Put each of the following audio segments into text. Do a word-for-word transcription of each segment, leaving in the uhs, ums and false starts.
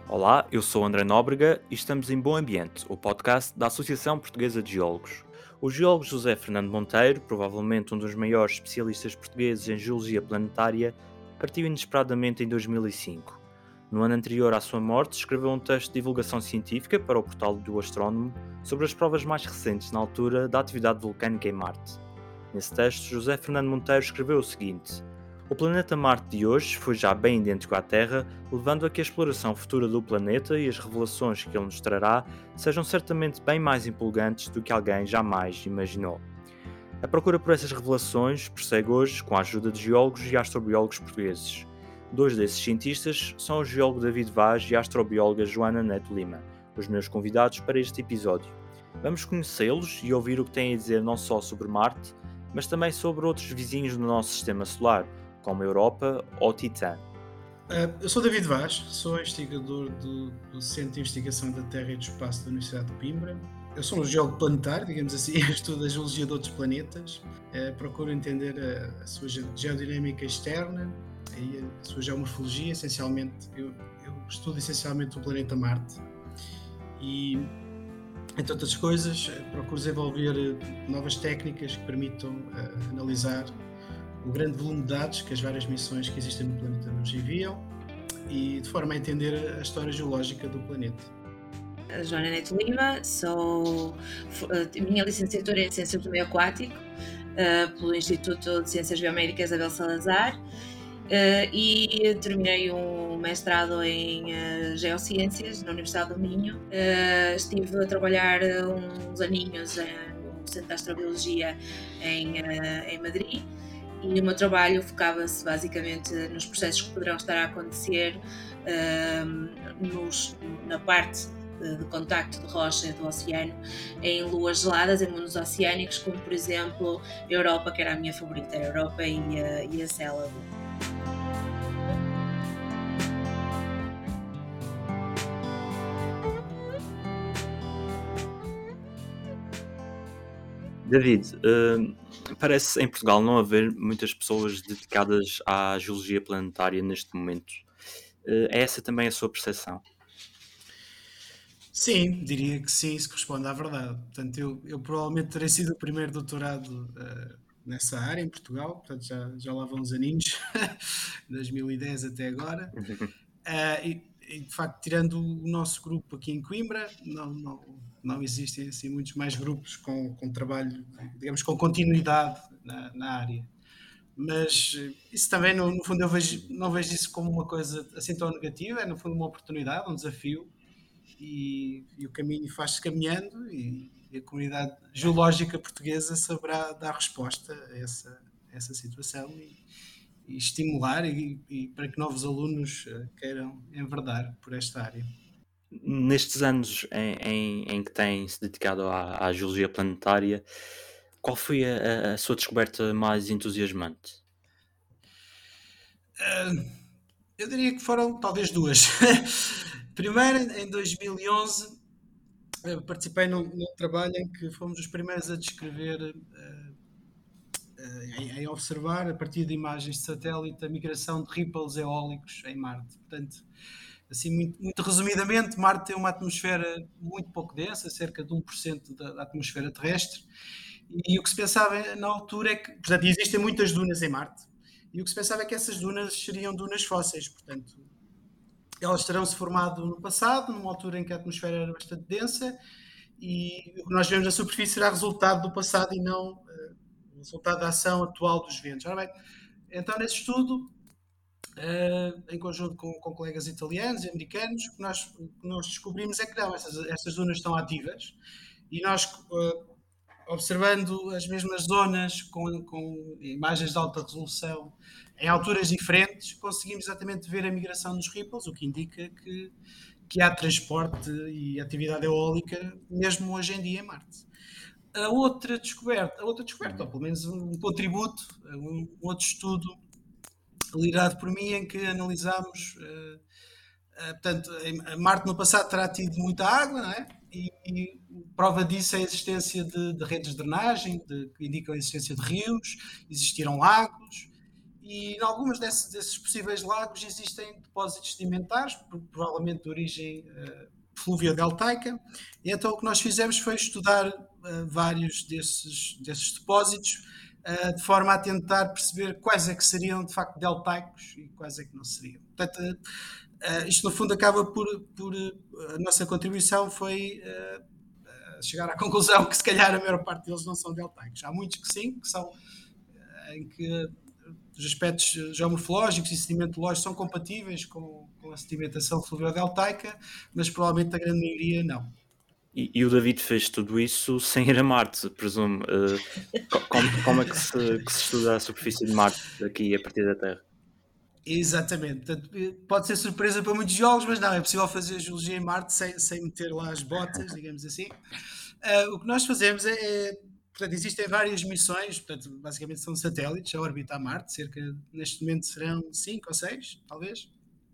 Olá, eu sou André Nóbrega e estamos em Bom Ambiente, o podcast da Associação Portuguesa de Geólogos. O geólogo José Fernando Monteiro, provavelmente um dos maiores especialistas portugueses em geologia planetária, partiu inesperadamente em dois mil e cinco. No ano anterior à sua morte, escreveu um texto de divulgação científica para o portal do Astrónomo sobre as provas mais recentes na altura da atividade vulcânica em Marte. Nesse texto, José Fernando Monteiro escreveu o seguinte: o planeta Marte de hoje foi já bem idêntico à Terra, levando a que a exploração futura do planeta e as revelações que ele nos trará sejam certamente bem mais empolgantes do que alguém jamais imaginou. A procura por essas revelações prossegue hoje com a ajuda de geólogos e astrobiólogos portugueses. Dois desses cientistas são o geólogo David Vaz e a astrobióloga Joana Neto Lima, os meus convidados para este episódio. Vamos conhecê-los e ouvir o que têm a dizer não só sobre Marte, mas também sobre outros vizinhos do nosso sistema solar, como a Europa ou Titã. Uh, eu sou David Vaz, sou investigador do, do Centro de Investigação da Terra e do Espaço da Universidade de Coimbra. Eu sou um geólogo planetário, digamos assim, estudo a geologia de outros planetas, uh, procuro entender a, a sua geodinâmica externa e a sua geomorfologia. Essencialmente, eu, eu estudo essencialmente o planeta Marte e, entre outras coisas, procuro desenvolver novas técnicas que permitam uh, analisar o grande volume de dados que as várias missões que existem no planeta nos enviam e de forma a entender a história geológica do planeta. Joana Neto Lima, sou minha licenciatura em Ciências do Meio Aquático uh, pelo Instituto de Ciências Biomédicas Abel Salazar uh, e terminei um mestrado em uh, Geociências na Universidade do Minho. Uh, estive a trabalhar uns aninhos uh, no Centro de Astrobiologia em, uh, em Madrid. E o meu trabalho focava-se basicamente nos processos que poderão estar a acontecer uh, nos, na parte de, de contacto de rocha do oceano em luas geladas, em mundos oceânicos, como por exemplo a Europa, que era a minha favorita, a Europa e a, e a Célado. David, uh, parece em Portugal não haver muitas pessoas dedicadas à geologia planetária neste momento. Uh, é essa também a sua percepção? Sim, diria que sim, isso corresponde à verdade. Portanto, eu, eu provavelmente terei sido o primeiro doutorado uh, nessa área em Portugal, portanto já, já lá vão uns aninhos, dois mil e dez até agora. Uh, e, e, de facto, tirando o nosso grupo aqui em Coimbra, não, não, não existem assim muitos mais grupos com, com trabalho, digamos, com continuidade na, na área. Mas isso também, no, no fundo, eu vejo, não vejo isso como uma coisa assim tão negativa, é no fundo uma oportunidade, um desafio, e, e o caminho faz-se caminhando e, e a comunidade geológica portuguesa saberá dar resposta a essa, a essa situação e, e estimular e, e para que novos alunos queiram enverdar por esta área. Nestes anos em, em, em que tem se dedicado à, à geologia planetária, qual foi a, a sua descoberta mais entusiasmante? Uh, eu diria que foram talvez duas. Primeiro, em dois mil e onze, uh, participei num, num trabalho em que fomos os primeiros a descrever, uh, uh, em, em observar, a partir de imagens de satélite, a migração de ripples eólicos em Marte. Portanto, assim, muito, muito resumidamente, Marte tem uma atmosfera muito pouco densa, cerca de um por cento da, da atmosfera terrestre, e, e o que se pensava na altura é que, portanto, existem muitas dunas em Marte, e o que se pensava é que essas dunas seriam dunas fósseis, portanto, elas terão-se formado no passado, numa altura em que a atmosfera era bastante densa, e o que nós vemos na superfície será resultado do passado e não uh, resultado da ação atual dos ventos. Ora bem, então nesse estudo, Uh, em conjunto com, com colegas italianos e americanos, o que nós, que nós descobrimos é que não, estas, estas zonas estão ativas e nós, uh, observando as mesmas zonas com, com imagens de alta resolução em alturas diferentes, conseguimos exatamente ver a migração dos ripples, o que indica que, que há transporte e atividade eólica mesmo hoje em dia em Marte. A outra descoberta, a outra descoberta ou pelo menos um contributo, um, um outro estudo liderado por mim, em que analisámos, uh, uh, portanto, Marte no passado terá tido muita água, não é? E, e prova disso é a existência de, de redes de drenagem, de, que indicam a existência de rios, existiram lagos, e em algumas desses, desses possíveis lagos existem depósitos sedimentares, provavelmente de origem uh, fluvio-deltaica, e então o que nós fizemos foi estudar uh, vários desses, desses depósitos, uh, de forma a tentar perceber quais é que seriam de facto deltaicos e quais é que não seriam. Portanto, uh, isto no fundo acaba por, por uh, a nossa contribuição foi uh, chegar à conclusão que se calhar a maior parte deles não são deltaicos. Há muitos que sim, que são em que os aspectos geomorfológicos e sedimentológicos são compatíveis com, com a sedimentação fluvio-deltaica, mas provavelmente a grande maioria não. E, e o David fez tudo isso sem ir a Marte, presumo. Uh, como, como é que se, que se estuda a superfície de Marte aqui a partir da Terra? Exatamente. Portanto, pode ser surpresa para muitos geólogos, mas não, é possível fazer geologia em Marte sem, sem meter lá as botas, digamos assim. Uh, o que nós fazemos é, é, portanto, existem várias missões, portanto, basicamente são satélites a orbitar Marte, cerca, neste momento serão cinco ou seis, talvez.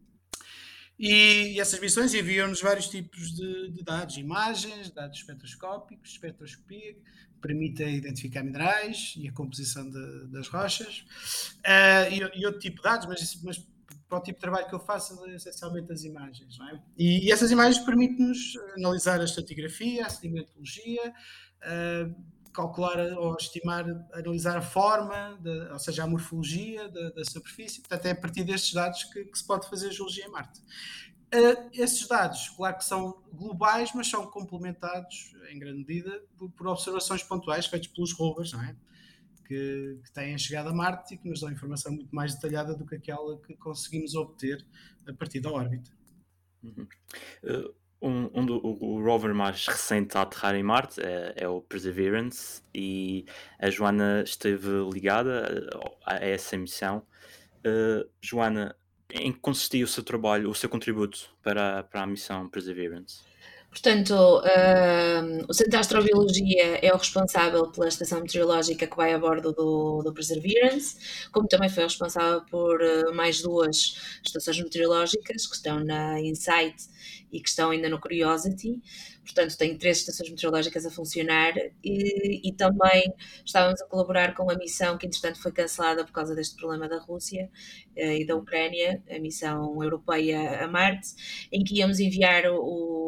E, e essas missões enviam-nos vários tipos de, de dados, imagens, dados espectroscópicos, espectroscopia, que permitem identificar minerais e a composição de, das rochas, uh, e, e outro tipo de dados, mas, mas para o tipo de trabalho que eu faço é essencialmente as imagens, não é? E, e essas imagens permitem-nos analisar a estratigrafia, a sedimentologia, uh, calcular ou estimar, analisar a forma, de, ou seja, a morfologia da, da superfície. Portanto, é a partir destes dados que, que se pode fazer geologia em Marte. Uh, esses dados, claro que são globais, mas são complementados, em grande medida, por, por observações pontuais feitas pelos rovers, não é? Que, que têm chegado a Marte e que nos dão informação muito mais detalhada do que aquela que conseguimos obter a partir da órbita. Uhum. Uh, um, um do, o rover mais recente a aterrar em Marte é, é o Perseverance, e a Joana esteve ligada a, a essa missão. Uh, Joana, em que consistia o seu trabalho, o seu contributo para, para a missão Perseverance? Portanto, uh, o Centro de Astrobiologia é o responsável pela estação meteorológica que vai a bordo do, do Perseverance, como também foi responsável por uh, mais duas estações meteorológicas que estão na InSight e que estão ainda no Curiosity. Portanto, tem três estações meteorológicas a funcionar e, e também estávamos a colaborar com a missão que, entretanto, foi cancelada por causa deste problema da Rússia uh, e da Ucrânia, a missão europeia a Marte, em que íamos enviar o,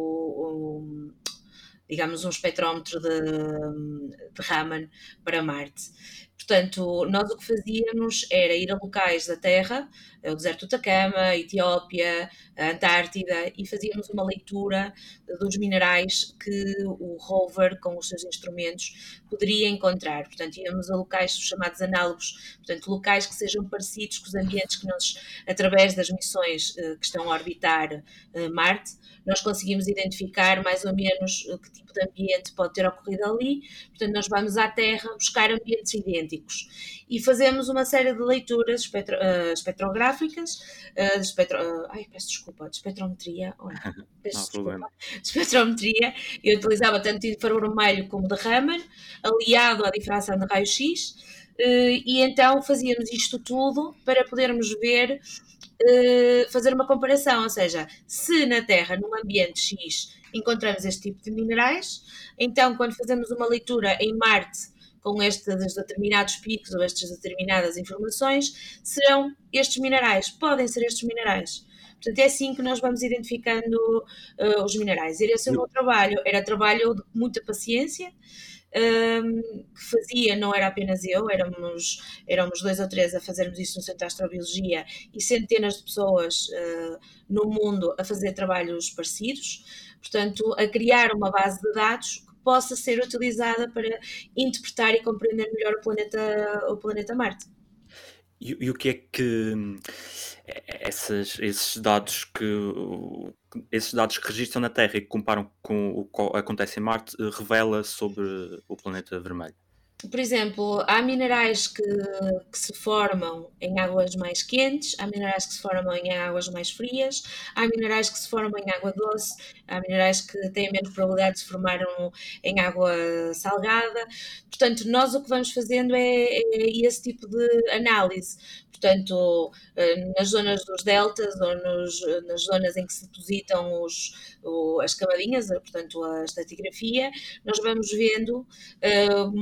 o digamos, um espectrómetro de, de Raman para Marte. Portanto, nós o que fazíamos era ir a locais da Terra, o deserto do Atacama, a Etiópia, a Antártida, e fazíamos uma leitura dos minerais que o rover, com os seus instrumentos, poderia encontrar. Portanto, íamos a locais chamados análogos, portanto, locais que sejam parecidos com os ambientes que nós, através das missões que estão a orbitar Marte, nós conseguimos identificar mais ou menos que tipo de ambiente pode ter ocorrido ali. Portanto, nós vamos à Terra buscar ambientes idênticos e fazemos uma série de leituras espectro, uh, espectrográficas, uh, de espectro, uh, ai, peço desculpa, de espectrometria, oh, peço desculpa, de espectrometria. Eu utilizava tanto de infravermelho como de Raman, aliado à difração de raio-x, uh, e então fazíamos isto tudo para podermos ver, uh, fazer uma comparação, ou seja, se na Terra, num ambiente X, encontramos este tipo de minerais, então quando fazemos uma leitura em Marte com estes determinados picos ou estas determinadas informações, serão estes minerais, podem ser estes minerais. Portanto, é assim que nós vamos identificando uh, os minerais. E esse é o meu trabalho, era trabalho de muita paciência, um, que fazia, não era apenas eu, éramos, éramos dois ou três a fazermos isso no Centro de Astrobiologia e centenas de pessoas uh, no mundo a fazer trabalhos parecidos, portanto, a criar uma base de dados possa ser utilizada para interpretar e compreender melhor o planeta, o planeta Marte. E, e o que é que essas, esses dados que esses dados que registram na Terra e que comparam com o que acontece em Marte revela sobre o planeta vermelho? Por exemplo, há minerais que, que se formam em águas mais quentes, há minerais que se formam em águas mais frias, há minerais que se formam em água doce, há minerais que têm menos probabilidade de se formar em água salgada. Portanto, nós o que vamos fazendo é, é esse tipo de análise. Portanto, nas zonas dos deltas ou nos, nas zonas em que se depositam os, o, as camadinhas, portanto a estratigrafia, nós vamos vendo uh, mais ou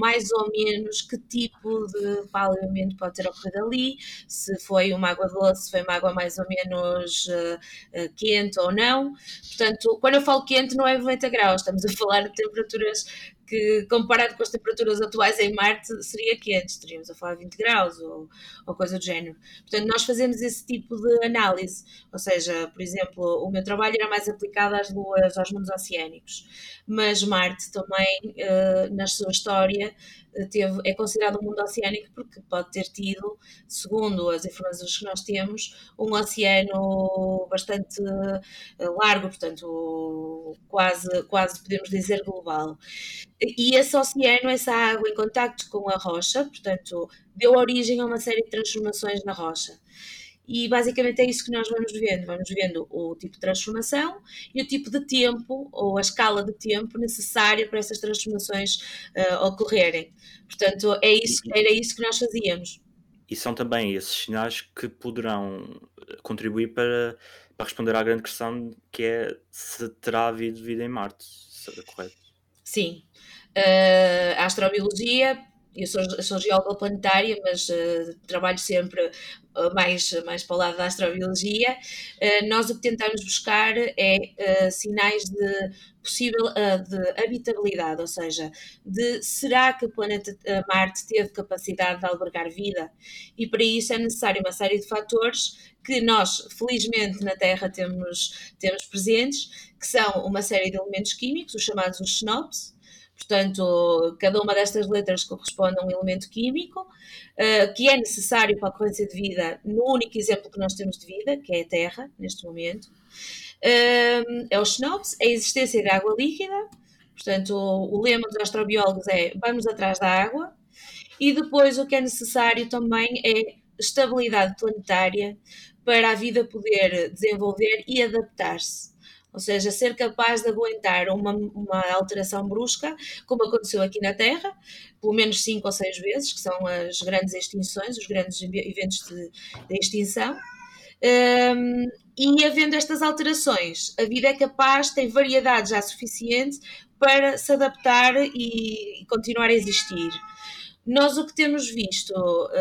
ou menos que tipo de paleamento pode ter ocorrido ali, se foi uma água doce, se foi uma água mais ou menos uh, uh, quente ou não. Portanto, quando eu falo quente não é noventa graus, estamos a falar de temperaturas que, comparado com as temperaturas atuais em Marte, seria quente, estaríamos a falar de vinte graus ou, ou coisa do género. Portanto, nós fazemos esse tipo de análise, ou seja, por exemplo, o meu trabalho era mais aplicado às luas, aos mundos oceânicos, mas Marte também, uh, na sua história, teve, é considerado um mundo oceânico porque pode ter tido, segundo as informações que nós temos, um oceano bastante largo, portanto, quase, quase podemos dizer global. E esse oceano, essa água em contacto com a rocha, portanto, deu origem a uma série de transformações na rocha. E basicamente é isso que nós vamos vendo. Vamos vendo o tipo de transformação e o tipo de tempo, ou a escala de tempo necessária para essas transformações uh, ocorrerem. Portanto, é isso, era isso que nós fazíamos. E são também esses sinais que poderão contribuir para, para responder à grande questão, que é se terá havido vida em Marte. Será correto? Sim. Uh, a astrobiologia, eu sou, sou geóloga planetária, mas uh, trabalho sempre uh, mais, mais para o lado da astrobiologia. Uh, nós o que tentamos buscar é uh, sinais de possível uh, de habitabilidade, ou seja, de será que o planeta uh, Marte teve capacidade de albergar vida? E para isso é necessário uma série de fatores que nós, felizmente, na Terra temos, temos presentes, que são uma série de elementos químicos, os chamados os SNOPs. Portanto, cada uma destas letras corresponde a um elemento químico uh, que é necessário para a ocorrência de vida no único exemplo que nós temos de vida, que é a Terra, neste momento. Uh, é os SNOPs, a existência de água líquida. Portanto, o, o lema dos astrobiólogos é vamos atrás da água. E depois o que é necessário também é estabilidade planetária para a vida poder desenvolver e adaptar-se. Ou seja, ser capaz de aguentar uma, uma alteração brusca, como aconteceu aqui na Terra, pelo menos cinco ou seis vezes, que são as grandes extinções, os grandes eventos de, de extinção. Um, e havendo estas alterações, a vida é capaz, tem variedade já suficiente para se adaptar e, e continuar a existir. Nós o que temos visto,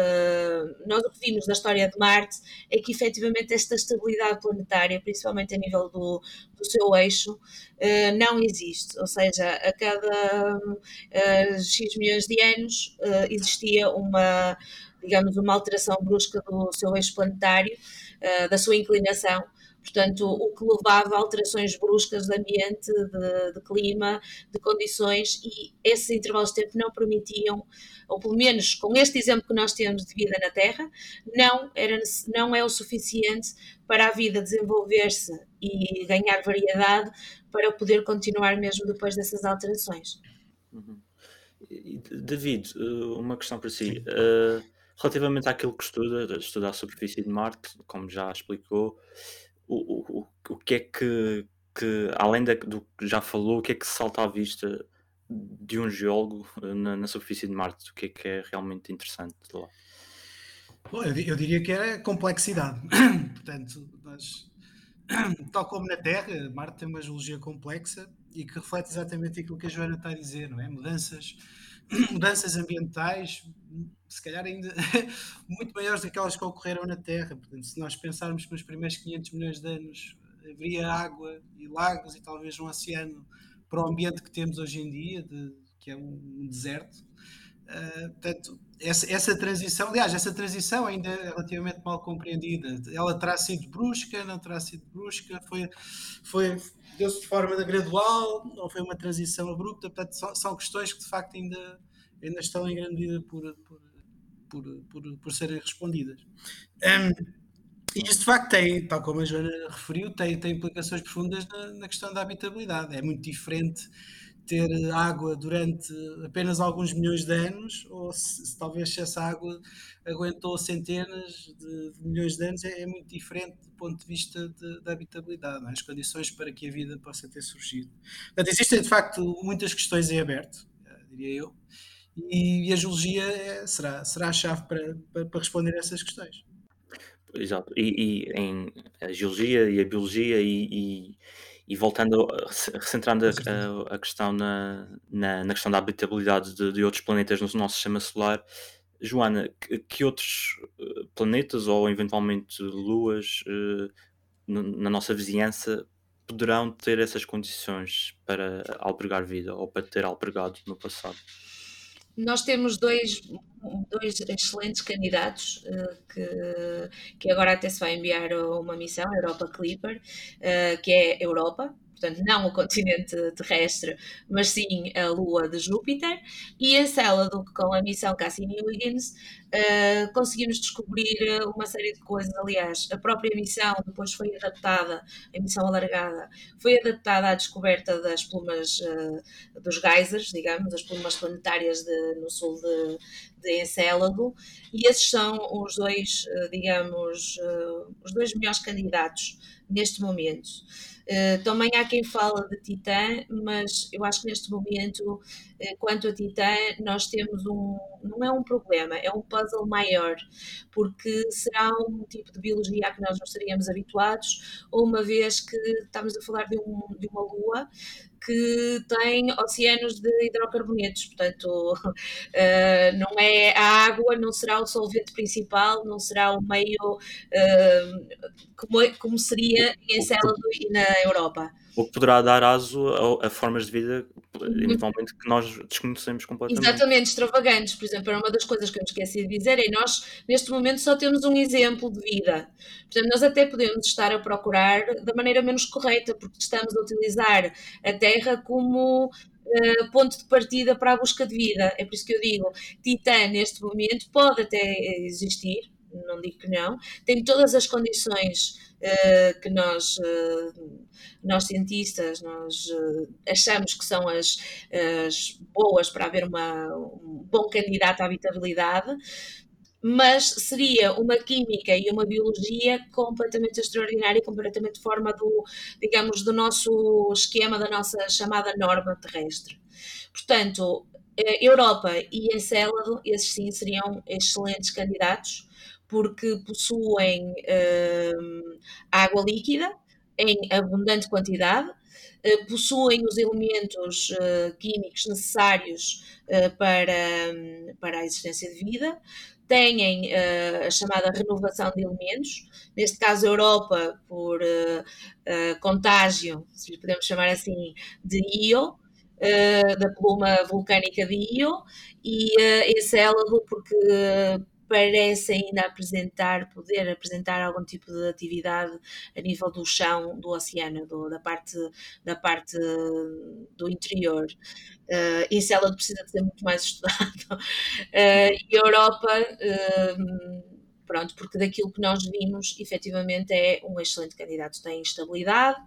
uh, nós o que vimos na história de Marte é que efetivamente esta estabilidade planetária, principalmente a nível do, do seu eixo, uh, não existe. Ou seja, a cada uh, X milhões de anos uh, existia uma, digamos, uma alteração brusca do seu eixo planetário, uh, da sua inclinação. Portanto, o que levava a alterações bruscas de ambiente, de, de clima, de condições, e esses intervalos de tempo não permitiam, ou pelo menos com este exemplo que nós temos de vida na Terra, não, era, não é o suficiente para a vida desenvolver-se e ganhar variedade para poder continuar mesmo depois dessas alterações. Uhum. David, uma questão para si. Uh, relativamente àquilo que estuda, estuda a superfície de Marte, como já explicou, o, o, o que é que, que além da, do que já falou, o que é que se salta à vista de um geólogo na, na superfície de Marte? O que é que é realmente interessante de lá? Bom, eu, eu diria que é a complexidade. Portanto, nós, tal como na Terra, Marte tem uma geologia complexa e que reflete exatamente aquilo que a Joana está a dizer, não é? Mudanças, mudanças ambientais, se calhar ainda muito maiores daquelas que ocorreram na Terra. Portanto, se nós pensarmos que nos primeiros quinhentos milhões de anos haveria água e lagos e talvez um oceano para o ambiente que temos hoje em dia, de, que é um deserto. Uh, portanto, essa, essa transição, aliás, essa transição ainda é relativamente mal compreendida. Ela terá sido brusca, não terá sido brusca, foi, foi, deu-se de forma gradual, ou foi uma transição abrupta. Portanto, são, são questões que de facto ainda, ainda estão em grande medida por, por, por, por, por serem respondidas. Um, e isto de facto tem, tal como a Joana referiu, tem, tem implicações profundas na, na questão da habitabilidade. É muito diferente ter água durante apenas alguns milhões de anos, ou se, se talvez se essa água aguentou centenas de, de milhões de anos, é, é muito diferente do ponto de vista da habitabilidade, não é? As condições para que a vida possa ter surgido. Portanto, existem de facto muitas questões em aberto, diria eu, e, e a geologia é, será, será a chave para, para, para responder a essas questões. Exato, e, e em a geologia e a biologia e, e E voltando, a- se- recentrando a, a- a questão na, na, na questão da habitabilidade de, de outros planetas no nosso sistema solar, Joana, que, que outros eh, planetas ou eventualmente luas eh, no- na nossa vizinhança poderão ter essas condições para albergar vida ou para ter albergado no passado? Nós temos dois, dois excelentes candidatos eh, que, que agora até se vai enviar uma missão, a Europa Clipper, eh, que é Europa, portanto não o continente terrestre, mas sim a Lua de Júpiter, e Encélado, que com a missão Cassini-Huygens uh, conseguimos descobrir uma série de coisas. Aliás, a própria missão depois foi adaptada, a missão alargada, foi adaptada à descoberta das plumas uh, dos geysers, digamos, das plumas planetárias de, no sul de, de Encélado, e esses são os dois, uh, digamos, uh, os dois melhores candidatos neste momento. Uh, também há quem fala de Titã, mas eu acho que neste momento, uh, quanto a Titã, nós temos um, não é um problema, é um puzzle maior, porque será um tipo de biologia a que nós não estaríamos habituados, uma vez que estamos a falar de, um, de uma lua que tem oceanos de hidrocarbonetos, portanto, uh, não é a água, não será o solvente principal, não será o meio uh, como, como seria em Encélado e na Europa. O que poderá dar aso a, a formas de vida, eventualmente, que nós desconhecemos completamente. Exatamente, extravagantes. Por exemplo, era uma das coisas que eu me esqueci de dizer, é nós, neste momento, só temos um exemplo de vida. Portanto, nós até podemos estar a procurar da maneira menos correta, porque estamos a utilizar a Terra como uh, ponto de partida para a busca de vida. É por isso que eu digo, Titã, neste momento, pode até existir, não digo que não, tem todas as condições uh, que nós, uh, nós cientistas, nós uh, achamos que são as, as boas para haver uma, um bom candidato à habitabilidade, mas seria uma química e uma biologia completamente extraordinária e completamente fora do, digamos, do nosso esquema, da nossa chamada norma terrestre. Portanto, Europa e Encélado, esses sim seriam excelentes candidatos, porque possuem uh, água líquida em abundante quantidade, uh, possuem os elementos uh, químicos necessários uh, para, um, para a existência de vida, têm uh, a chamada renovação de elementos, neste caso a Europa por uh, uh, contágio, se lhe podemos chamar assim, de Io, Uh, da pluma vulcânica de Io, e uh, Encélado porque uh, parece ainda apresentar, poder apresentar algum tipo de atividade a nível do chão do oceano, do, da, parte, da parte do interior. Uh, Encélado precisa de ser muito mais estudado. Uh, e a Europa, uh, pronto, porque daquilo que nós vimos, efetivamente é um excelente candidato. Tem estabilidade,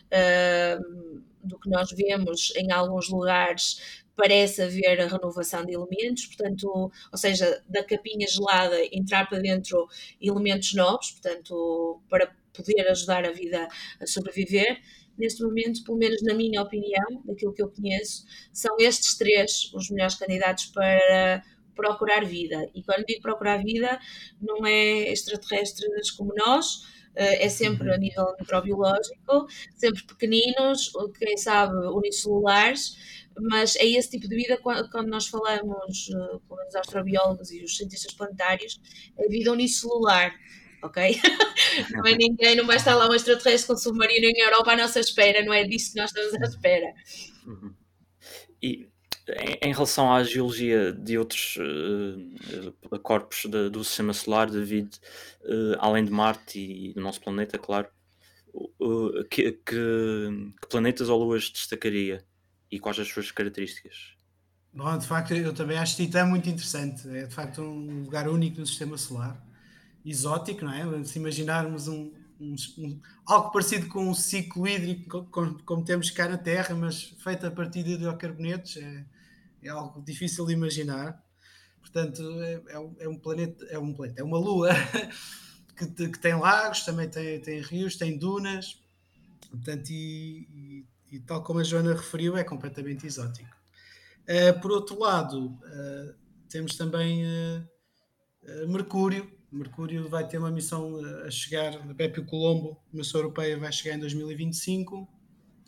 uh, do que nós vemos em alguns lugares parece haver a renovação de elementos, portanto, ou seja, da capinha gelada entrar para dentro elementos novos, portanto, para poder ajudar a vida a sobreviver. Neste momento, pelo menos na minha opinião, daquilo que eu conheço, são estes três os melhores candidatos para procurar vida. E quando digo procurar vida, não é extraterrestres como nós, é sempre a nível microbiológico, sempre pequeninos, quem sabe unicelulares, mas é esse tipo de vida quando nós falamos, pelo menos os astrobiólogos e os cientistas planetários, é vida unicelular. Ok? Não é ninguém, não vai estar lá um extraterrestre com submarino em Europa à nossa espera, não é disso que nós estamos à espera. Uhum. E em, em relação à geologia de outros uh, corpos de, do sistema solar, David, uh, além de Marte e do nosso planeta, claro, uh, que, que, que planetas ou luas destacaria e quais as suas características? Bom, de facto, eu também acho Titã muito interessante. É de facto um lugar único no sistema solar, exótico, não é? Se imaginarmos um, um, um, algo parecido com um ciclo hídrico como, como temos cá na Terra, mas feito a partir de hidrocarbonetos, é, é algo difícil de imaginar. Portanto, é, é, um, é um planeta, é um planeta, é uma lua que, que tem lagos, também tem, tem rios, tem dunas, portanto, e, e, e tal como a Joana referiu, é completamente exótico. Uh, por outro lado, uh, temos também uh, uh, Mercúrio. Mercúrio vai ter uma missão a chegar, a Bepi Colombo, a missão europeia vai chegar em dois mil e vinte e cinco.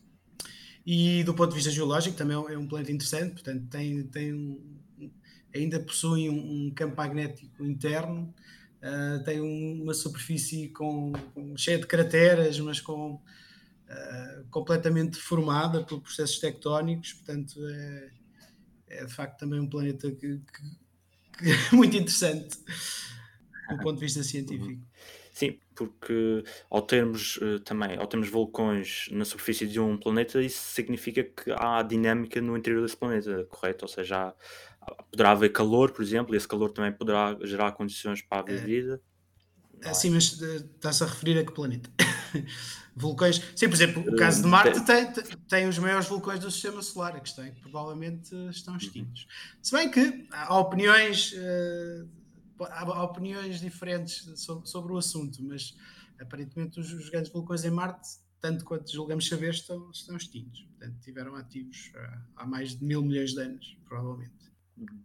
E do ponto de vista geológico também é um planeta interessante, portanto tem, tem um, ainda possui um, um campo magnético interno, uh, tem um, uma superfície com, com, cheia de crateras, mas com, uh, completamente formada por processos tectónicos, portanto é, é de facto também um planeta que, que, que muito interessante do ponto de vista científico. Sim, porque ao termos uh, também, ao termos vulcões na superfície de um planeta, isso significa que há dinâmica no interior desse planeta, correto? Ou seja, há, há- poderá haver calor, por exemplo, e esse calor também poderá gerar condições para haver vida, não é? Assim, mas uh, está-se a referir a que planeta? Vulcões. Sim, por exemplo, o caso de Uh, Marte de- tem, tem os maiores vulcões do sistema solar, a questão é que provavelmente uh, estão extintos. Se bem que há opiniões, uh, há opiniões diferentes sobre, sobre o assunto, mas aparentemente os, os grandes vulcões em Marte, tanto quanto julgamos saber, estão, estão extintos. Portanto, estiveram ativos uh, há mais de mil milhões de anos, provavelmente.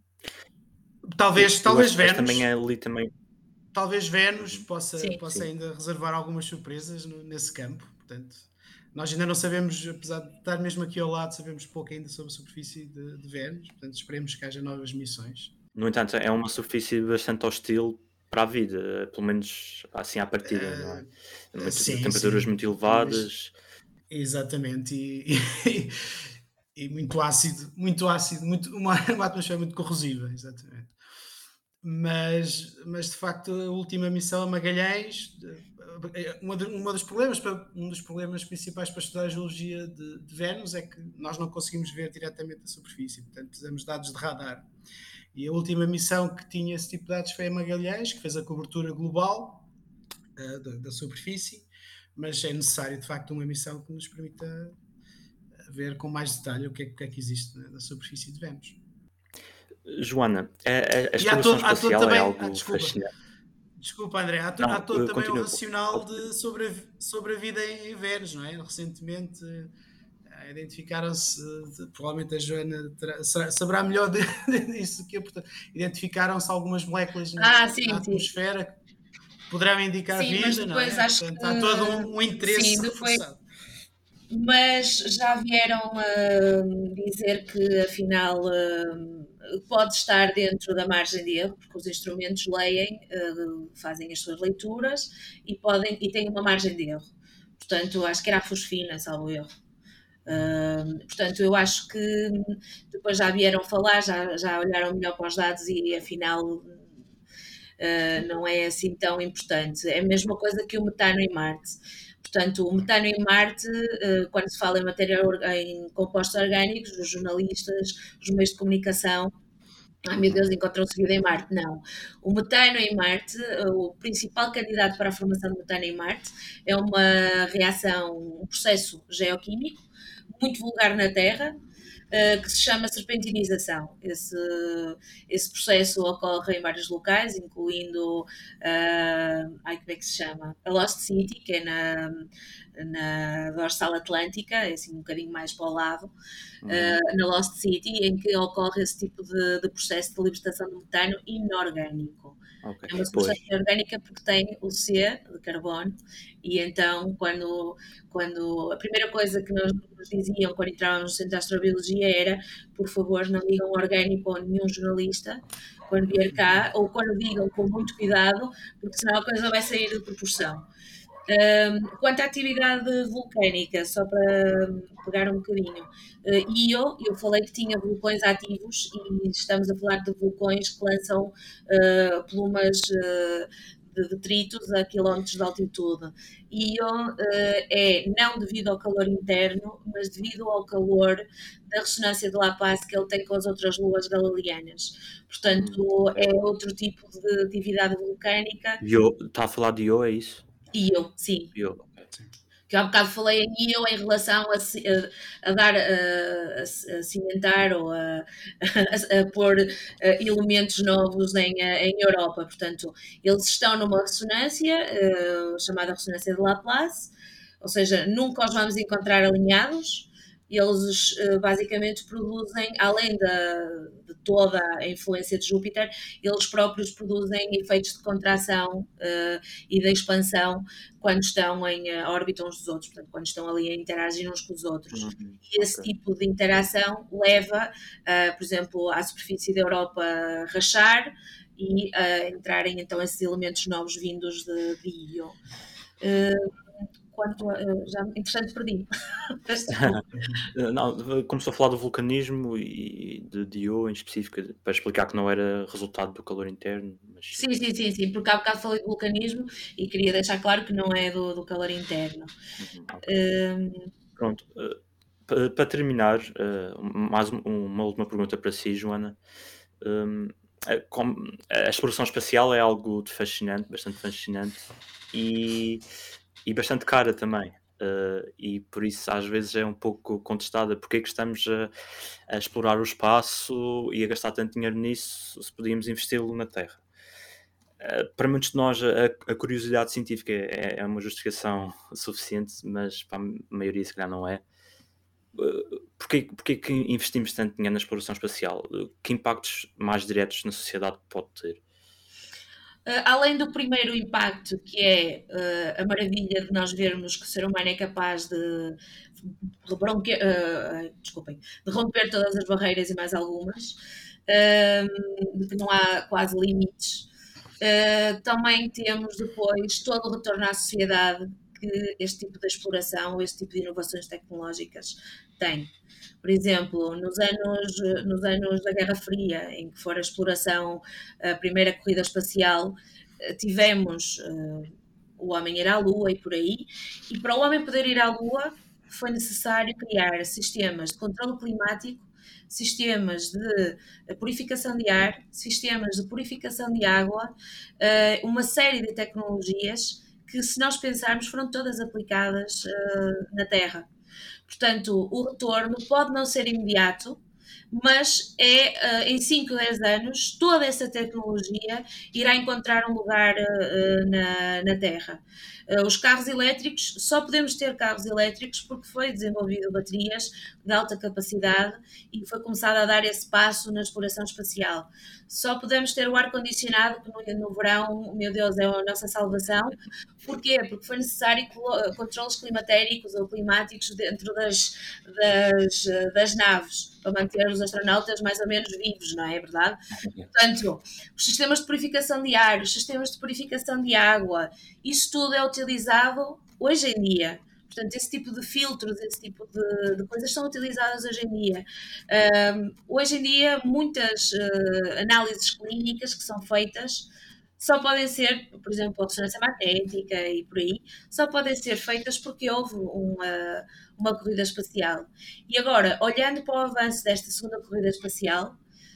Talvez, eu talvez acho que Vênus. também é ali também. Talvez Vênus possa, Sim, possa sim. ainda reservar algumas surpresas no, nesse campo. Portanto, nós ainda não sabemos, apesar de estar mesmo aqui ao lado, sabemos pouco ainda sobre a superfície de, de Vênus. Portanto, esperemos que haja novas missões. No entanto, é uma superfície bastante hostil para a vida, pelo menos assim à partida, não é? Uh, Muito, sim, temperaturas sim. muito elevadas. Exatamente. E, e, e muito ácido, muito ácido, muito, uma, uma atmosfera muito corrosiva, exatamente. Mas, mas de facto a última missão a Magalhães, uma, de, uma dos problemas, um dos problemas principais para estudar a geologia de, de Vênus é que nós não conseguimos ver diretamente a superfície, portanto precisamos de dados de radar. E a última missão que tinha esse tipo de dados foi a Magalhães, que fez a cobertura global uh, da, da superfície, mas é necessário de facto uma missão que nos permita ver com mais detalhe o que é, o que, é que existe na, na superfície de Vênus. Joana, a, a, a E há exploração todo, há todo espacial é também, algo ah, desculpa, fascinante. desculpa André, há, to, Não, há todo uh, também o continua. racional de, sobre, a, sobre a vida em Vênus, não é? Recentemente uh, identificaram-se, uh, provavelmente a Joana terá, saberá melhor disso que eu, portanto, identificaram-se algumas moléculas na, Ah, sim, na atmosfera sim. que poderão indicar Sim, mas vida, não depois é? acho Portanto, que há todo um, um interesse sim, depois, reforçado. mas já vieram a dizer que afinal uh, pode estar dentro da margem de erro, porque os instrumentos leem, uh, fazem as suas leituras e, podem, e têm uma margem de erro. Portanto, acho que era a fosfina, salvo erro. Uh, portanto, eu acho que depois já vieram falar, já, já olharam melhor para os dados e afinal uh, não é assim tão importante. É a mesma coisa que o metano em Marte. Portanto, o metano em Marte, uh, quando se fala em, matéria, em compostos orgânicos, os jornalistas, os meios de comunicação, ai meu Deus, encontram-se vida em Marte. Não. O metano em Marte, o principal candidato para a formação de metano em Marte, é uma reação, um processo geoquímico muito vulgar na Terra, uh, que se chama serpentinização. Esse, esse processo ocorre em vários locais, incluindo, uh, ai, como é que se chama? A Lost City, que é na, na dorsal atlântica, é assim um bocadinho mais para o lado, uh, na Lost City, em que ocorre esse tipo de, de processo de libertação de metano inorgânico. Okay. É uma substância orgânica porque tem o C de carbono e então quando, quando a primeira coisa que nós nos diziam quando entrávamos no centro de astrobiologia era, por favor, não digam orgânico a nenhum jornalista quando vier cá, ou quando digam com muito cuidado, porque senão a coisa vai sair de proporção. Um, quanto à atividade vulcânica, só para pegar um bocadinho, uh, e eu, eu falei que tinha vulcões ativos e estamos a falar de vulcões que lançam uh, plumas uh, de detritos a quilómetros de altitude. E uh, é não devido ao calor interno, mas devido ao calor da ressonância de Laplace que ele tem com as outras luas galileanas. Portanto, hum, é outro tipo de atividade vulcânica. Está a falar de Io, é isso? Io, sim. Io, ok. Que há bocado falei em Io em relação a, a, a dar, a, a, a cimentar ou a, a, a pôr a, elementos novos em, em Europa. Portanto, eles estão numa ressonância, uh, chamada ressonância de Laplace, ou seja, nunca os vamos encontrar alinhados, eles uh, basicamente produzem, além da, de toda a influência de Júpiter, eles próprios produzem efeitos de contração uh, e de expansão quando estão em uh, órbita uns dos outros, portanto, quando estão ali a interagir uns com os outros. Uhum. E esse Ok. tipo de interação leva, uh, por exemplo, à superfície da Europa a rachar e a entrarem então esses elementos novos vindos de, de Io. Uh, Quanto a, já, interessante, perdi. Não, começou a falar do vulcanismo e de Dio em específico, para explicar que não era resultado do calor interno. Mas... Sim, sim, sim, sim, porque há bocado falei de vulcanismo e queria deixar claro que não é do, do calor interno. Uhum, okay. um, Pronto, uh, para terminar, uh, mais um, uma última pergunta para si, Joana. Um, a, a exploração espacial é algo de fascinante, bastante fascinante e, e bastante cara também. Uh, e por isso às vezes é um pouco contestada porque é que estamos a, a explorar o espaço e a gastar tanto dinheiro nisso se podíamos investi-lo na Terra. Uh, para muitos de nós a, a curiosidade científica é, é uma justificação suficiente, mas para a maioria se calhar não é. Uh, porquê, porquê que investimos tanto dinheiro na exploração espacial? Uh, que impactos mais diretos na sociedade pode ter? Uh, além do primeiro impacto, que é uh, a maravilha de nós vermos que o ser humano é capaz de, de, bronque, uh, desculpem, de romper todas as barreiras e mais algumas, uh, de que não há quase limites, uh, também temos depois todo o retorno à sociedade que este tipo de exploração, este tipo de inovações tecnológicas tem. Por exemplo, nos anos, nos anos da Guerra Fria, em que for a exploração, a primeira corrida espacial, tivemos uh, o homem ir à Lua e por aí, e para o homem poder ir à Lua foi necessário criar sistemas de controle climático, sistemas de purificação de ar, sistemas de purificação de água, uh, uma série de tecnologias que, se nós pensarmos, foram todas aplicadas uh, na Terra. Portanto, o retorno pode não ser imediato, mas é, uh, em cinco, dez anos, toda essa tecnologia irá encontrar um lugar uh, na, na Terra. Uh, os carros elétricos, só podemos ter carros elétricos porque foi desenvolvido baterias de alta capacidade e foi começado a dar esse passo na exploração espacial. Só podemos ter o ar-condicionado, que no, no verão, meu Deus, é a nossa salvação. Porquê? Porque foi necessário controles climatéricos ou climáticos dentro das, das, das naves, para manter os astronautas mais ou menos vivos, não é verdade? Portanto, os sistemas de purificação de ar, os sistemas de purificação de água, isso tudo é utilizado hoje em dia. Portanto, esse tipo de filtros, esse tipo de, de coisas são utilizadas hoje em dia. Um, hoje em dia, muitas uh, análises clínicas que são feitas só podem ser, por exemplo, a ressonância magnética e por aí, só podem ser feitas porque houve uma, uma corrida espacial. E agora, olhando para o avanço desta segunda corrida espacial,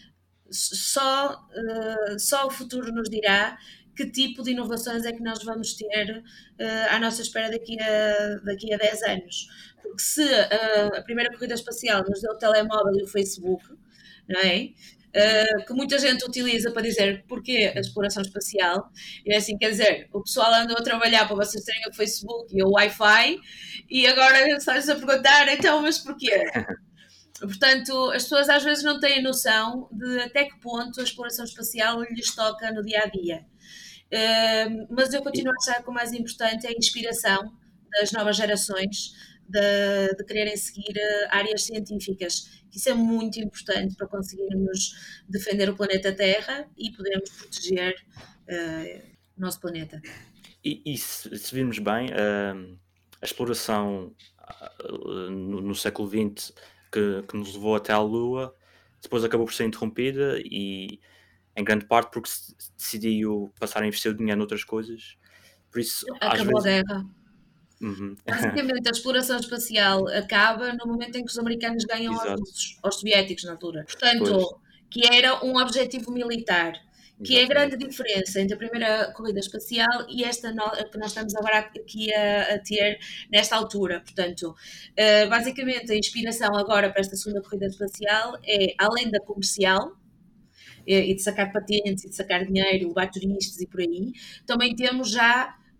só, uh, só o futuro nos dirá que tipo de inovações é que nós vamos ter uh, à nossa espera daqui a, daqui a dez anos. Porque se uh, a primeira corrida espacial nos deu o telemóvel e o Facebook, não é? Uh, que muita gente utiliza para dizer porquê a exploração espacial, e é assim, quer dizer, o pessoal andou a trabalhar para vocês terem o Facebook e o Wi-Fi, e agora estão-se a perguntar, então, mas porquê? Portanto, as pessoas às vezes não têm noção de até que ponto a exploração espacial lhes toca no dia-a-dia. Uh, mas eu continuo a achar que o mais importante é a inspiração das novas gerações de, de quererem seguir áreas científicas. Isso é muito importante para conseguirmos defender o planeta Terra e podermos proteger uh, o nosso planeta. E, e se, se virmos bem, uh, a exploração uh, no, no século vinte que, que nos levou até à Lua, depois acabou por ser interrompida e em grande parte porque se decidiu passar a investir o dinheiro noutras coisas. Por isso, acabou às vezes... a guerra. Uhum. Basicamente, a exploração espacial acaba no momento em que os americanos ganham aos russos, aos soviéticos na altura. Portanto, pois. Que era um objetivo militar. Que Exatamente. É a grande diferença entre a primeira corrida espacial e esta no, que nós estamos agora aqui a, a ter nesta altura. Portanto, uh, basicamente, a inspiração agora para esta segunda corrida espacial é, além da comercial, e de sacar patentes, e de sacar dinheiro, levar turistas e por aí, também temos já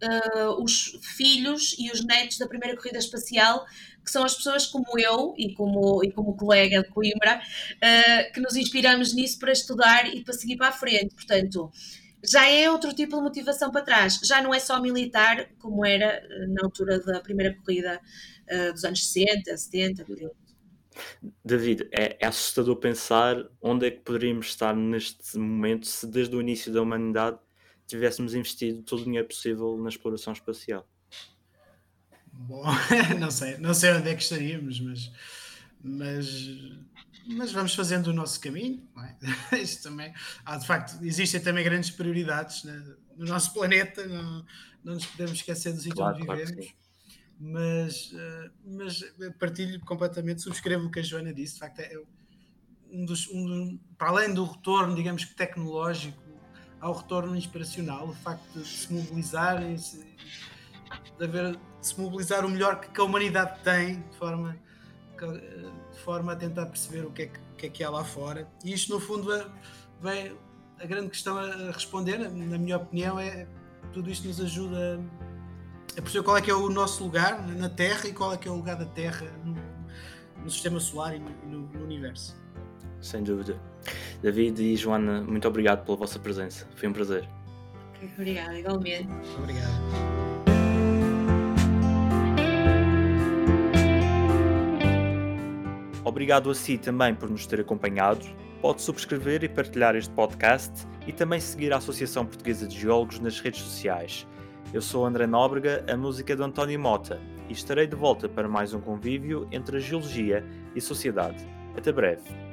uh, os filhos e os netos da primeira corrida espacial, que são as pessoas como eu e como, e como colega de Coimbra, uh, que nos inspiramos nisso para estudar e para seguir para a frente. Portanto, já é outro tipo de motivação para trás. Já não é só militar, como era na altura da primeira corrida uh, dos anos sessenta, setenta, por aí. David, é, é assustador pensar onde é que poderíamos estar neste momento se desde o início da humanidade tivéssemos investido todo o dinheiro possível na exploração espacial. Bom, não sei, não sei onde é que estaríamos, mas, mas, mas vamos fazendo o nosso caminho, não é? Isto também, há, de facto, existem também grandes prioridades, né, no nosso planeta, não, não nos podemos esquecer do sítio Claro, onde claro que vivemos, sim. mas, mas partilho completamente, subscrevo o que a Joana disse, de facto é um dos, um, para além do retorno, digamos que tecnológico, há o retorno inspiracional, o facto de se mobilizarem, de haver, de se mobilizar o melhor que a humanidade tem, de forma, de forma a tentar perceber o que é que, o que, é, que há lá fora. E isto, no fundo, é, vem, a grande questão a responder, na minha opinião, é tudo isto nos ajuda a perceber qual é que é o nosso lugar na Terra e qual é que é o lugar da Terra no, no sistema solar e no, no, no universo. Sem dúvida. David e Joana, muito obrigado pela vossa presença. Foi um prazer. Obrigada, igualmente. Obrigado. Obrigado a si também por nos ter acompanhado. Pode subscrever e partilhar este podcast e também seguir a Associação Portuguesa de Geólogos nas redes sociais. Eu sou André Nóbrega, a música de António Mota, e estarei de volta para mais um convívio entre a geologia e a sociedade. Até breve.